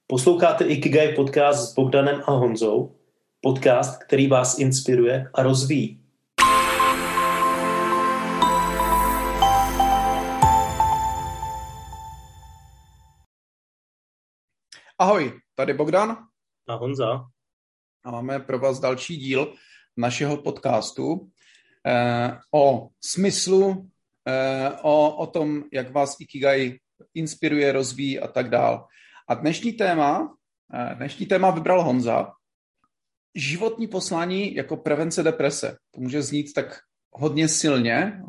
Posloucháte Ikigai podcast s Bogdanem a Honzou, podcast, který vás inspiruje a rozvíjí. Ahoj, tady Bogdan A Honza. A máme pro vás další díl našeho podcastu o smyslu, o tom, jak vás Ikigai inspiruje, rozvíjí a tak dál. A dnešní téma vybral Honza. Životní poslání jako prevence deprese. To může znít tak hodně silně,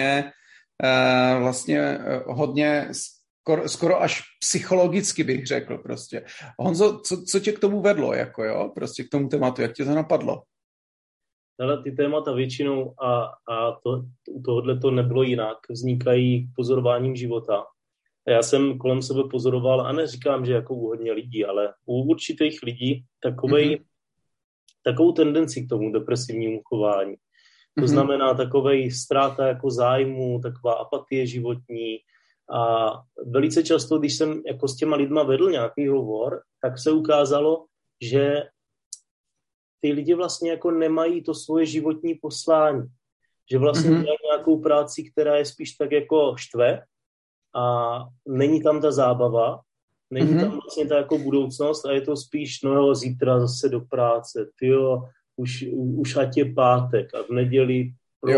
hodně skoro až psychologicky bych řekl prostě. Honzo, co tě k tomu vedlo, prostě k tomu tématu, jak tě to napadlo? Ale ty témata většinou u tohohle to nebylo jinak, vznikají pozorováním života. A já jsem kolem sebe pozoroval, a neříkám, že jako u hodně lidí, ale u určitých lidí takovou tendenci k tomu depresivnímu chování. To znamená takovej ztráta jako zájmu, taková apatie životní. A velice často, když jsem jako s těma lidma vedl nějaký hovor, tak se ukázalo, že ty lidi vlastně jako nemají to svoje životní poslání. Že vlastně dělají nějakou práci, která je spíš tak jako štve a není tam ta zábava, není tam vlastně ta jako budoucnost a je to spíš, zítra zase do práce, už ať je pátek a v neděli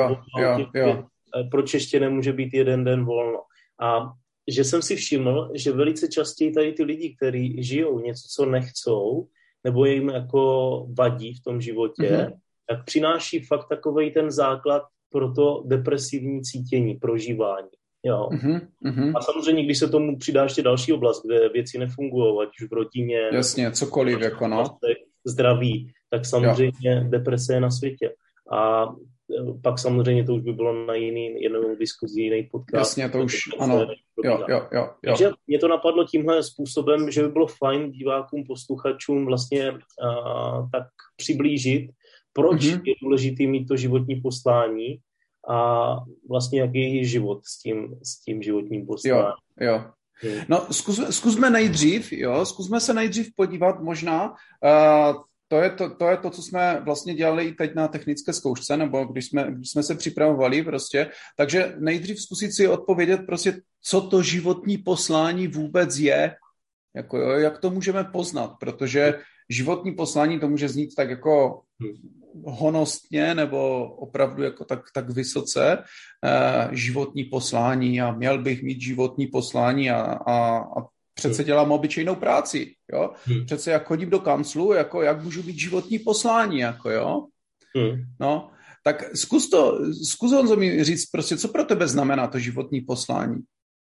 proč ještě nemůže být jeden den volno. A že jsem si všiml, že velice častěji tady ty lidi, kteří žijou něco, co nechcou, nebo jim jako vadí v tom životě, tak přináší fakt takovej ten základ pro to depresivní cítění, prožívání. Jo. A samozřejmě, když se tomu přidá ještě další oblast, kde věci nefungují, ať už v rodině, jasně, cokoliv, zdraví, tak samozřejmě deprese je na světě. A pak samozřejmě to už by bylo na jinou diskuzi, jiný podcast. Jasně, to už, ano. Jo. Takže mě to napadlo tímhle způsobem, že by bylo fajn divákům, posluchačům vlastně tak přiblížit, proč je důležitý mít to životní poslání a vlastně jaký je život s tím životním posláním. Jo. No, zkusme se nejdřív podívat možná, to je to, co jsme vlastně dělali i teď na technické zkoušce, nebo když jsme se připravovali prostě. Takže nejdřív zkusit si odpovědět prostě, co to životní poslání vůbec je, jak to můžeme poznat, protože životní poslání to může znít tak jako honostně nebo opravdu jako tak vysoce životní poslání a měl bych mít životní poslání a přece dělám obyčejnou práci, jo? Přece jak chodím do kanclu, jak můžu být životní poslání, No, tak zkus Honzo mi říct prostě, co pro tebe znamená to životní poslání?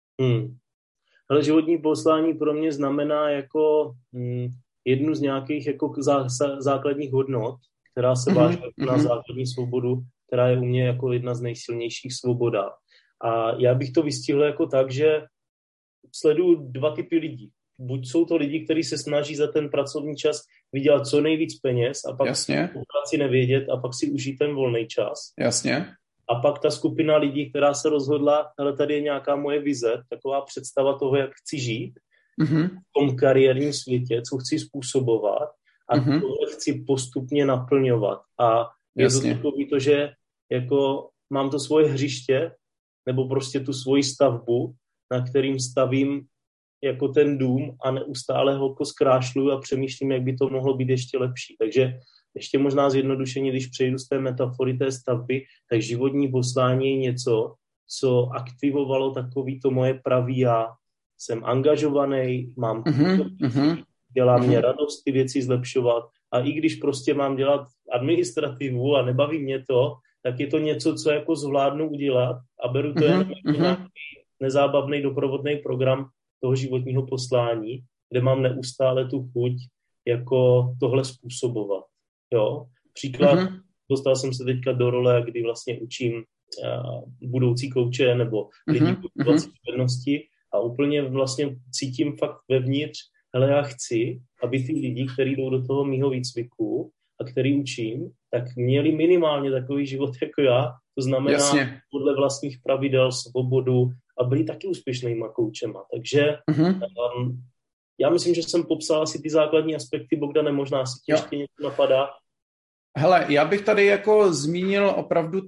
Ale životní poslání pro mě znamená jako jednu z nějakých jako základních hodnot, která se váže na základní svobodu, která je u mě jako jedna z nejsilnějších svoboda. A já bych to vystihl jako tak, že sleduju dva typy lidí. Buď jsou to lidi, kteří se snaží za ten pracovní čas vydělat co nejvíc peněz a pak o práci nevědět a pak si užít ten volný čas. Jasně. A pak ta skupina lidí, která se rozhodla, hele, tady je nějaká moje vize, taková představa toho, jak chci žít v tom kariérním světě, co chci způsobovat a tohle chci postupně naplňovat. A je to takový to, že jako mám to svoje hřiště nebo prostě tu svoji stavbu, na kterým stavím jako ten dům a neustále ho zkrášluju a přemýšlím, jak by to mohlo být ještě lepší. Takže ještě možná zjednodušeně, když přejdu z té metafory té stavby, tak životní poslání je něco, co aktivovalo takový to moje pravý já. Jsem angažovaný, mám dělá mě radost ty věci zlepšovat a i když prostě mám dělat administrativu a nebaví mě to, tak je to něco, co jako zvládnu udělat a beru to jenom jako nějaký nezábavný doprovodný program toho životního poslání, kde mám neustále tu chuť jako tohle způsobovat. Jo? Příklad, dostal jsem se teďka do role, kdy vlastně učím budoucí kouče nebo lidi pohybovací dovednosti a úplně vlastně cítím fakt vevnitř, hele, já chci, aby ty lidi, kteří jdou do toho mýho výcviku a který učím, tak měli minimálně takový život jako já, to znamená podle vlastních pravidel, svobodu a byli taky úspěšnýma koučema. Takže já myslím, že jsem popsal asi ty základní aspekty. Bogdane, možná si tě ještě něco napadá. Hele, já bych tady jako zmínil opravdu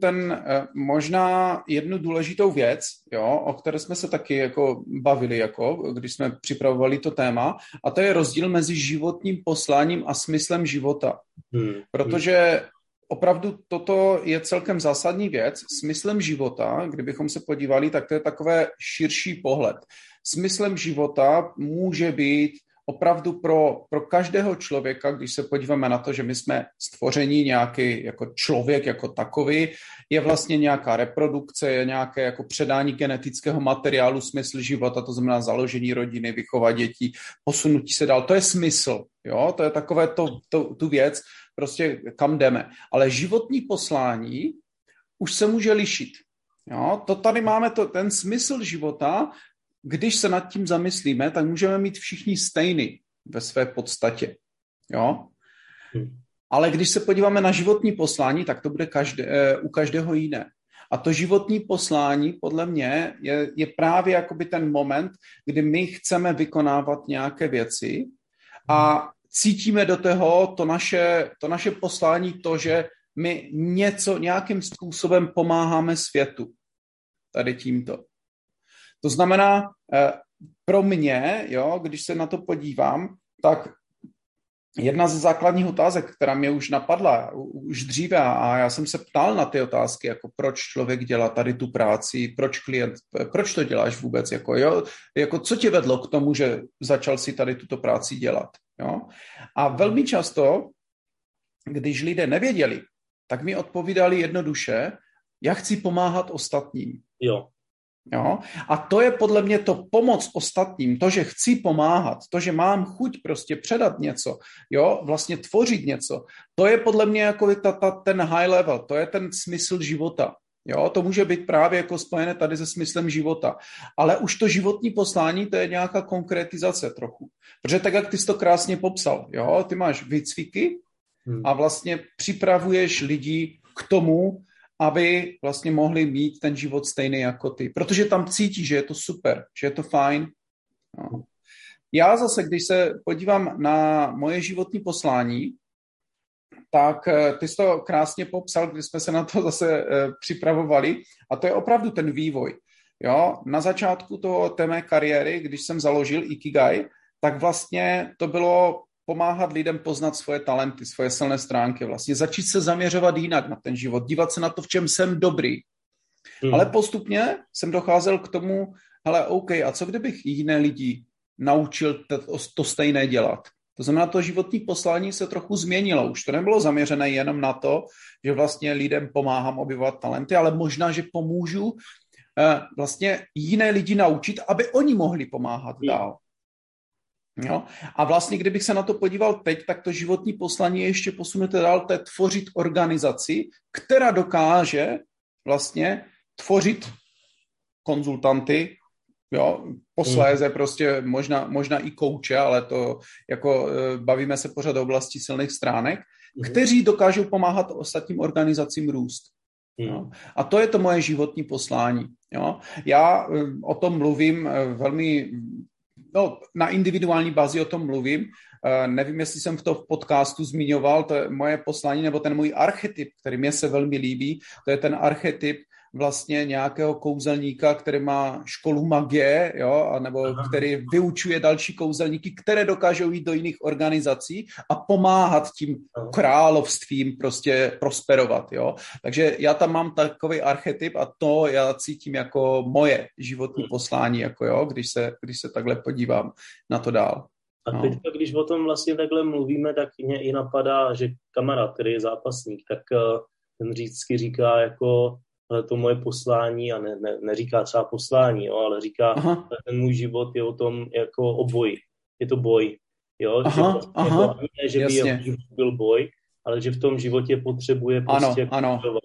možná jednu důležitou věc, jo, o které jsme se taky jako bavili, jako, když jsme připravovali to téma, a to je rozdíl mezi životním posláním a smyslem života. Protože opravdu toto je celkem zásadní věc. Smyslem života, kdybychom se podívali, tak to je takové širší pohled. Smyslem života může být opravdu pro každého člověka, když se podíváme na to, že my jsme stvoření nějaký jako člověk jako takový, je vlastně nějaká reprodukce, je nějaké jako předání genetického materiálu, smysl života, to znamená založení rodiny, vychovat dětí, posunutí se dál. To je smysl, jo? To je takové tu věc, prostě kam jdeme. Ale životní poslání už se může lišit. Jo? To tady máme ten smysl života. Když se nad tím zamyslíme, tak můžeme mít všichni stejný ve své podstatě. Jo? Ale když se podíváme na životní poslání, tak to bude u každého jiné. A to životní poslání, podle mě, je právě jakoby ten moment, kdy my chceme vykonávat nějaké věci a cítíme do toho to naše poslání, to, že my nějakým způsobem pomáháme světu. Tady tímto. To znamená, pro mě, jo, když se na to podívám, tak jedna ze základních otázek, která mě už napadla už dříve, a já jsem se ptal na ty otázky, jako proč člověk dělá tady tu práci, proč to děláš vůbec, jako co tě vedlo k tomu, že začal si tady tuto práci dělat. Jo? A velmi často, když lidé nevěděli, tak mi odpovídali jednoduše, já chci pomáhat ostatním. Jo. Jo? A to je podle mě to pomoc ostatním, to, že chci pomáhat, to, že mám chuť prostě předat něco, jo? Vlastně tvořit něco, to je podle mě jako ten high level, to je ten smysl života. Jo? To může být právě jako spojené tady se smyslem života. Ale už to životní poslání, to je nějaká konkretizace trochu. Protože tak, jak ty jsi to krásně popsal, jo? Ty máš výcviky a vlastně připravuješ lidi k tomu, aby vlastně mohli mít ten život stejný jako ty. Protože tam cítí, že je to super, že je to fajn. No. Já zase, když se podívám na moje životní poslání, tak ty jsi to krásně popsal, když jsme se na to zase připravovali, a to je opravdu ten vývoj. Jo? Na začátku té mé kariéry, když jsem založil Ikigai, tak vlastně to bylo pomáhat lidem poznat svoje talenty, svoje silné stránky, vlastně začít se zaměřovat jinak na ten život, dívat se na to, v čem jsem dobrý. Ale postupně jsem docházel k tomu, hele, OK, a co kdybych jiné lidi naučil to stejné dělat? To znamená, to životní poslání se trochu změnilo. Už to nebylo zaměřené jenom na to, že vlastně lidem pomáhám objevovat talenty, ale možná, že pomůžu vlastně jiné lidi naučit, aby oni mohli pomáhat dál. Jo? A vlastně, kdybych se na to podíval teď, tak to životní poslání je ještě posunuté dál, to je tvořit organizaci, která dokáže vlastně tvořit konzultanty, jo? Posléze prostě možná i kouče, ale to jako bavíme se pořád o oblasti silných stránek, kteří dokážou pomáhat ostatním organizacím růst. Jo? A to je to moje životní poslání. Jo? Já o tom mluvím velmi... na individuální bázi o tom mluvím. Nevím, jestli jsem v podcastu zmiňoval, to je moje poslání, nebo ten můj archetyp, který mě se velmi líbí, to je ten archetyp vlastně nějakého kouzelníka, který má školu magie, jo, nebo který vyučuje další kouzelníky, které dokážou jít do jiných organizací a pomáhat tím královstvím prostě prosperovat, jo. Takže já tam mám takový archetyp a to já cítím jako moje životní poslání, jako jo, když se takhle podívám na to dál. A teď, když o tom vlastně takhle mluvíme, tak mě i napadá, že kamarád, který je zápasník, tak ten vždycky říká jako to moje poslání, a neříká třeba poslání, jo, ale říká, ten můj život je o tom jako o boji. Je to boj. Jo? Ne, že by jeho život byl boj, ale že v tom životě potřebuje prostě bojovat.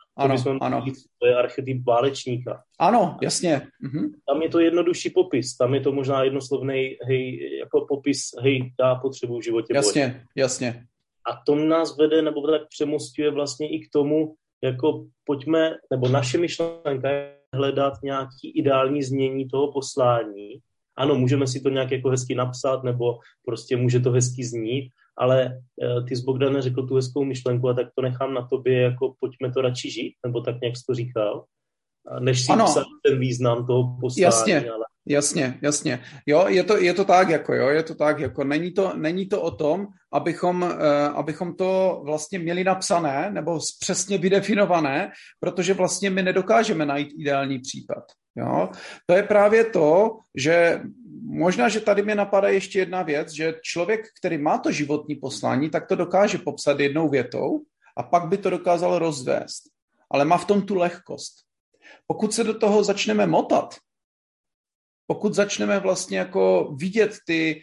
To je archetyp válečníka. Ano, jasně. Tam je to jednodušší popis. Tam je to možná jednoslovný jako popis, já potřebuji v životě boj. Jasně. A to nás vede, nebo tak přemostuje vlastně i k tomu, jako pojďme, nebo naše myšlenka je hledat nějaký ideální znění toho poslání ano, můžeme si to nějak jako hezky napsat, nebo prostě může to hezky znít, ale ty jsi, Bogdane, řekl tu hezkou myšlenku a tak to nechám na tobě, jako pojďme to radši žít, nebo tak nějak jsi to říkal, než si psat ten význam toho poslání. Jasně. Jo, je to tak, jako není to o tom, abychom to vlastně měli napsané nebo přesně vydefinované, protože vlastně my nedokážeme najít ideální případ. Jo? To je právě to, že možná, že tady mě napadá ještě jedna věc, že člověk, který má to životní poslání, tak to dokáže popsat jednou větou a pak by to dokázal rozvést. Ale má v tom tu lehkost. Pokud se do toho začneme motat, pokud začneme vlastně jako vidět ty,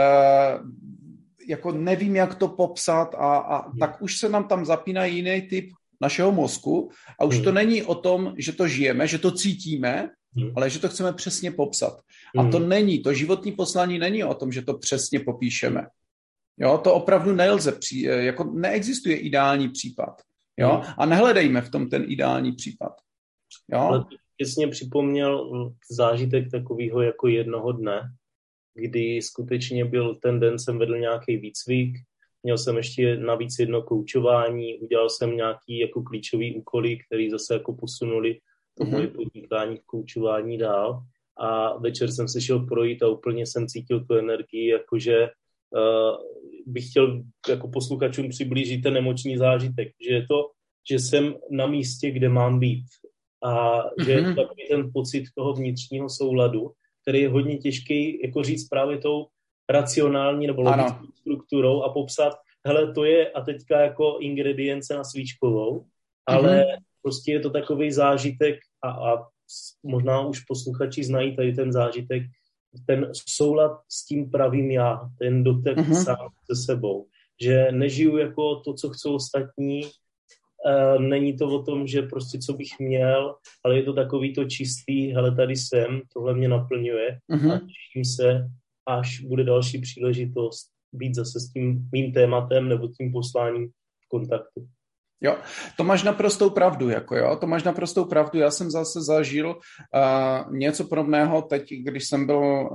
jako nevím, jak to popsat tak už se nám tam zapíná jiný typ našeho mozku a už to není o tom, že to žijeme, že to cítíme, ale že to chceme přesně popsat. A to životní poslání není o tom, že to přesně popíšeme. Jo, to opravdu nelze, jako neexistuje ideální případ. Jo, a nehledejme v tom ten ideální případ. Jo? Ale přesně připomněl zážitek takového jako jednoho dne, kdy skutečně byl ten den, jsem vedl nějaký výcvik, měl jsem ještě navíc jedno koučování, udělal jsem nějaký jako klíčový úkoly, který zase jako posunuli to moje podnikání v koučování dál a večer jsem se šel projít a úplně jsem cítil tu energii, jakože bych chtěl jako posluchačům přiblížit ten emoční zážitek, že je to, že jsem na místě, kde mám být. A že je to takový ten pocit toho vnitřního souladu, který je hodně těžký jako říct právě tou racionální nebo logickou strukturou a popsat, hele, to je a teďka jako ingredience na svíčkovou, ale prostě je to takový zážitek a možná už posluchači znají tady ten zážitek, ten soulad s tím pravým já, ten dotek sám se sebou, že nežiju jako to, co chcou ostatní, není to o tom, že prostě co bych měl, ale je to takový to čistý, hele, tady jsem, tohle mě naplňuje a těším se, až bude další příležitost být zase s tím mým tématem nebo tím posláním v kontaktu. Jo, to máš naprostou pravdu, to máš naprostou pravdu. Já jsem zase zažil něco podobného teď, když jsem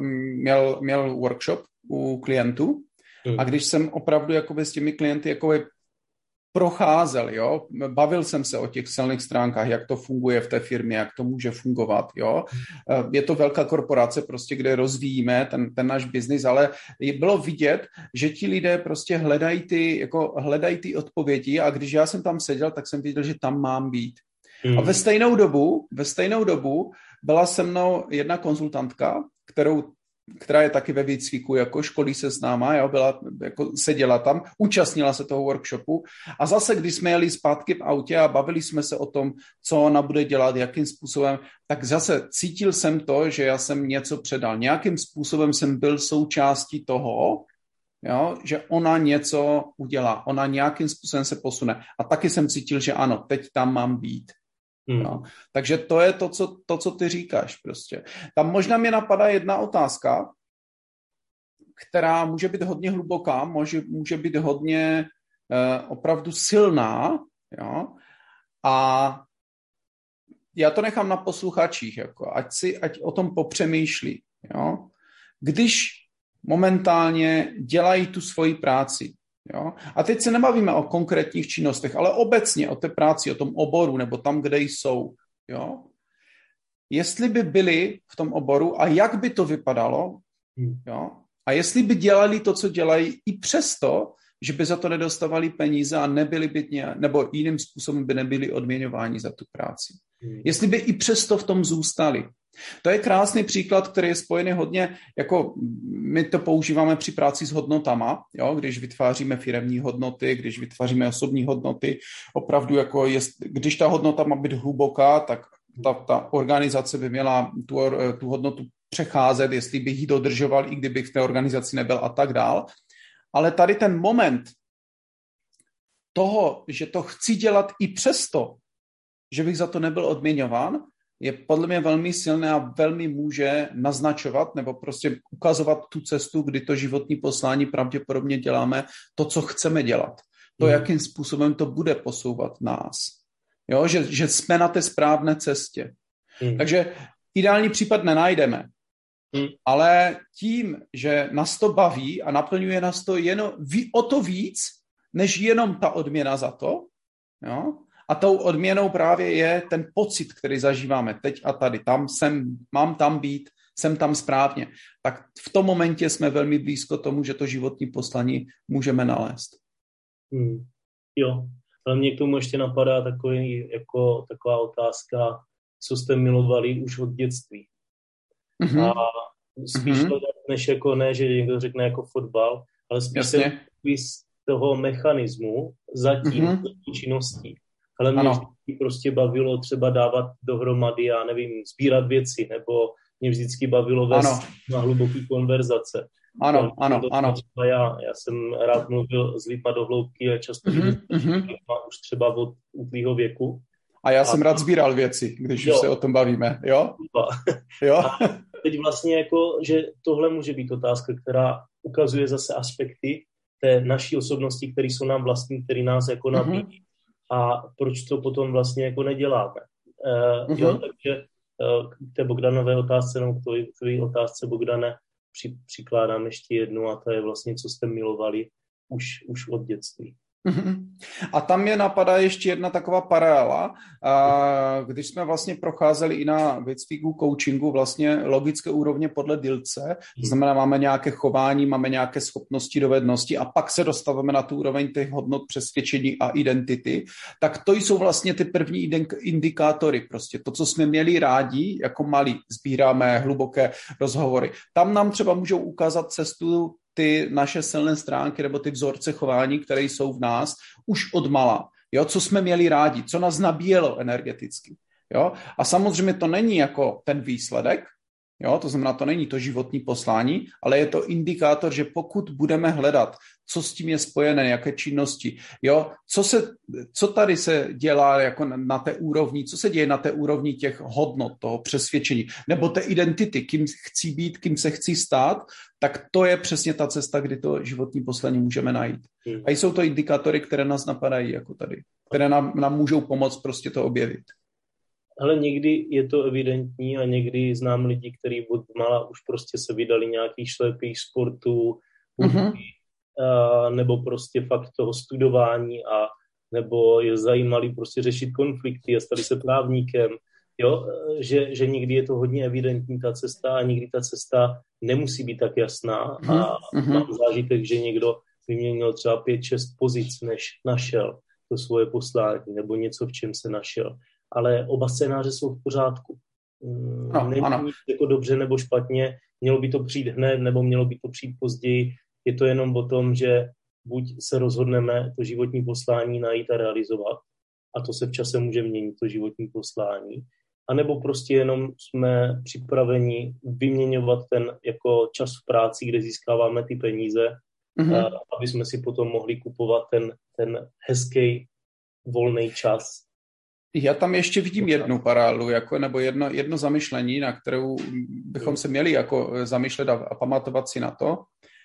měl workshop u klientů a když jsem opravdu jakoby s těmi klienty jakoby procházel, jo, bavil jsem se o těch silných stránkách, jak to funguje v té firmě, jak to může fungovat, jo. Je to velká korporace prostě, kde rozvíjíme ten náš biznis, ale bylo vidět, že ti lidé prostě hledají ty odpovědi a když já jsem tam seděl, tak jsem viděl, že tam mám být. A ve stejnou dobu byla se mnou jedna konzultantka, která je taky ve výcviku, jako školí se s náma, jo, seděla tam, účastnila se toho workshopu a zase, když jsme jeli zpátky v autě a bavili jsme se o tom, co ona bude dělat, jakým způsobem, tak zase cítil jsem to, že já jsem něco předal. Nějakým způsobem jsem byl součástí toho, jo, že ona něco udělá, ona nějakým způsobem se posune. A taky jsem cítil, že ano, teď tam mám být. No. Takže to je to, co ty říkáš prostě. Tam možná mě napadá jedna otázka, která může být hodně hluboká, může být hodně opravdu silná, jo? A já to nechám na posluchačích, jako, ať o tom popřemýšlí. Jo? Když momentálně dělají tu svoji práci, jo? A teď se nebavíme o konkrétních činnostech, ale obecně o té práci, o tom oboru nebo tam, kde jsou. Jo? Jestli by byli v tom oboru a jak by to vypadalo, jo? A jestli by dělali to, co dělají, i přesto, že by za to nedostávali peníze a nebyli by nebo jiným způsobem by nebyli odměňováni za tu práci. Jestli by i přesto v tom zůstali. To je krásný příklad, který je spojený hodně, jako my to používáme při práci s hodnotama, jo, když vytváříme firemní hodnoty, když vytváříme osobní hodnoty, opravdu jako když ta hodnota má být hluboká, tak ta organizace by měla tu hodnotu přecházet, jestli bych ji dodržoval, i kdybych v té organizaci nebyl a tak dál. Ale tady ten moment toho, že to chci dělat i přesto, že bych za to nebyl odměňován, je podle mě velmi silné a velmi může naznačovat nebo prostě ukazovat tu cestu, kdy to životní poslání pravděpodobně děláme to, co chceme dělat. To, jakým způsobem to bude posouvat nás. Jo? Že jsme na té správné cestě. Takže ideální případ nenajdeme. Ale tím, že nás to baví a naplňuje nás to jenom o to víc, než jenom ta odměna za to, jo? A tou odměnou právě je ten pocit, který zažíváme teď a tady. Tam jsem, mám tam být, jsem tam správně. Tak v tom momentě jsme velmi blízko tomu, že to životní poslaní můžeme nalézt. Jo, ale mě k tomu ještě napadá taková otázka, co jste milovali už od dětství. A spíš než jako ne, že někdo řekne jako fotbal, ale spíš z toho mechanismu zatím činností. Ale mě vždycky prostě bavilo třeba dávat dohromady, já nevím, sbírat věci, nebo mě vždycky bavilo vést na hluboký konverzace. Ano. Já jsem rád mluvil s lidma do hloubky a často už třeba od útlýho věku. A já jsem rád sbíral věci, když už se o tom bavíme, jo? Jo. A teď vlastně jako, že tohle může být otázka, která ukazuje zase aspekty té naší osobnosti, které jsou nám vlastní, které nás jako nabíjí. A proč to potom vlastně jako neděláme. Jo, takže k té Bogdanové otázce, nebo k tvojí otázce, Bogdane, přikládám ještě jednu a to je vlastně, co jste milovali už od dětství. A tam mě napadá ještě jedna taková paralela, když jsme vlastně procházeli i na výcviku coachingu vlastně logické úrovně podle Dilce, to znamená, máme nějaké chování, máme nějaké schopnosti, dovednosti a pak se dostáváme na tu úroveň těch hodnot přesvědčení a identity, tak to jsou vlastně ty první indikátory, prostě to, co jsme měli rádi, jako malí, sbíráme hluboké rozhovory. Tam nám třeba můžou ukázat cestu ty naše silné stránky nebo ty vzorce chování, které jsou v nás už od mala. Jo, co jsme měli rádi, co nás nabíjelo energeticky. Jo? A samozřejmě to není jako ten výsledek, jo? To znamená, to není to životní poslání, ale je to indikátor, že pokud budeme hledat, co s tím je spojené, jaké činnosti, jo? Co tady se dělá jako na té úrovni, co se děje na té úrovni těch hodnot, toho přesvědčení, nebo té identity, kým chci být, kým se chci stát, tak to je přesně ta cesta, kdy to životní poslání můžeme najít. A jsou to indikátory, které nás napadají jako tady, které nám můžou pomoct prostě to objevit. Ale někdy je to evidentní a někdy znám lidi, kteří od mala už prostě se vydali nějakých šlepých sportů, nebo prostě fakt toho studování a nebo je zajímali prostě řešit konflikty a stali se právníkem, jo, že někdy je to hodně evidentní ta cesta a někdy ta cesta nemusí být tak jasná a mám zážitek, že někdo vyměnil třeba 5-6 pozic, než našel to svoje poslání nebo něco, v čem se našel. Ale oba scénáře jsou v pořádku. Není nic jako dobře nebo špatně, mělo by to přijít hned nebo mělo by to přijít později. Je to jenom o tom, že buď se rozhodneme to životní poslání najít a realizovat, a to se v čase může měnit, to životní poslání, anebo prostě jenom jsme připraveni vyměňovat ten jako čas v práci, kde získáváme ty peníze, aby jsme si potom mohli kupovat ten hezký volný čas. Já tam ještě vidím jednu paralelu, nebo jedno zamyšlení, na kterou bychom se měli jako zamýšlet a pamatovat si na to.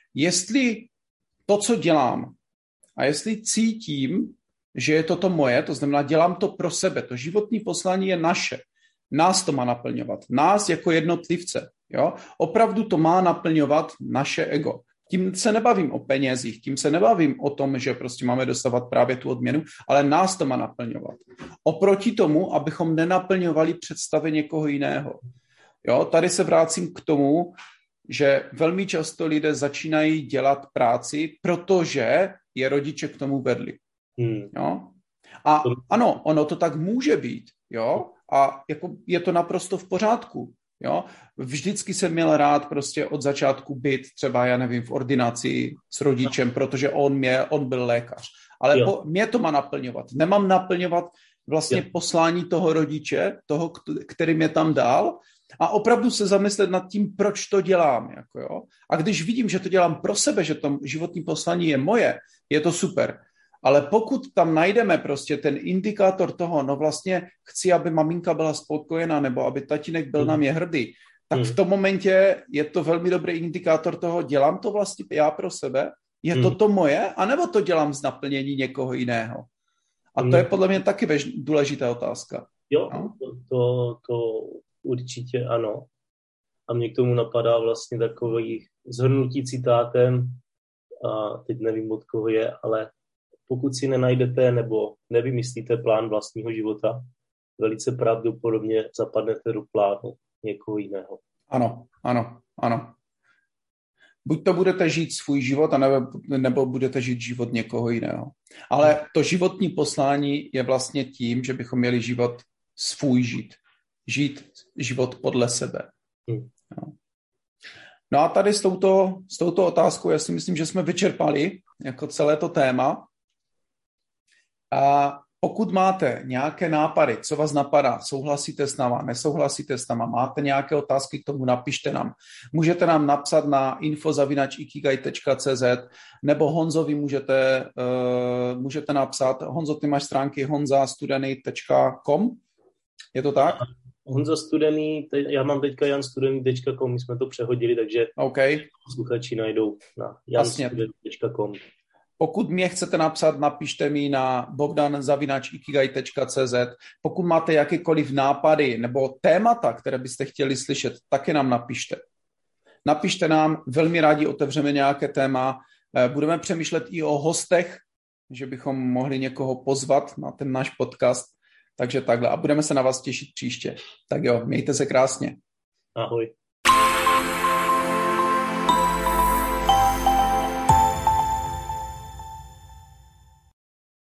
Jestli to, co dělám, a jestli cítím, že je to moje, to znamená, dělám to pro sebe, to životní poslání je naše, nás to má naplňovat, nás jako jednotlivce, jo? Opravdu to má naplňovat naše ego. Tím se nebavím o penězích, tím se nebavím o tom, že prostě máme dostávat právě tu odměnu, ale nás to má naplňovat. Oproti tomu, abychom nenaplňovali představy někoho jiného. Jo, tady se vracím k tomu, že velmi často lidé začínají dělat práci, protože je rodiče k tomu vedli. Jo? A ano, ono to tak může být, jo? A jako je to naprosto v pořádku. Jo? Vždycky jsem měl rád prostě od začátku být třeba, já nevím, v ordinaci s rodičem, protože on byl lékař. Ale mě to má naplňovat. Nemám naplňovat vlastně poslání toho rodiče, toho, který mě tam dal, a opravdu se zamyslet nad tím, proč to dělám. Jako jo? A když vidím, že to dělám pro sebe, že to životní poslání je moje, je to super. Ale pokud tam najdeme prostě ten indikátor toho, no vlastně chci, aby maminka byla spokojená, nebo aby tatínek byl na mě hrdý, tak v tom momentě je to velmi dobrý indikátor toho, dělám to vlastně já pro sebe, je to moje, anebo to dělám z naplnění někoho jiného. A to je podle mě taky důležitá otázka. Jo, no? to určitě ano. a mě k tomu napadá vlastně takový shrnutí citátem, a teď nevím, od koho je, ale pokud si nenajdete nebo nevymyslíte plán vlastního života, velice pravděpodobně zapadnete do plánu někoho jiného. Ano. Buď to budete žít svůj život, nebo budete žít život někoho jiného. Ale to životní poslání je vlastně tím, že bychom měli život svůj žít. Žít život podle sebe. No a tady s touto otázkou já si myslím, že jsme vyčerpali jako celé to téma. A pokud máte nějaké nápady, co vás napadá, souhlasíte s náma, nesouhlasíte s náma, máte nějaké otázky k tomu, napište nám. Můžete nám napsat na info@ikigai.cz nebo Honzovi můžete napsat. Honzo, ty máš stránky honzastudený.com? Je to tak? Honza Studený, já mám teďka janstudený.com, my jsme to přehodili, takže posluchači najdou na janstudený.com. Pokud mě chcete napsat, napište mi na bogdan@ikigai.cz. Pokud máte jakékoliv nápady nebo témata, které byste chtěli slyšet, taky nám napište. Napište nám, velmi rádi otevřeme nějaké téma. Budeme přemýšlet i o hostech, že bychom mohli někoho pozvat na ten náš podcast. Takže takhle. A budeme se na vás těšit příště. Tak jo, mějte se krásně. Ahoj.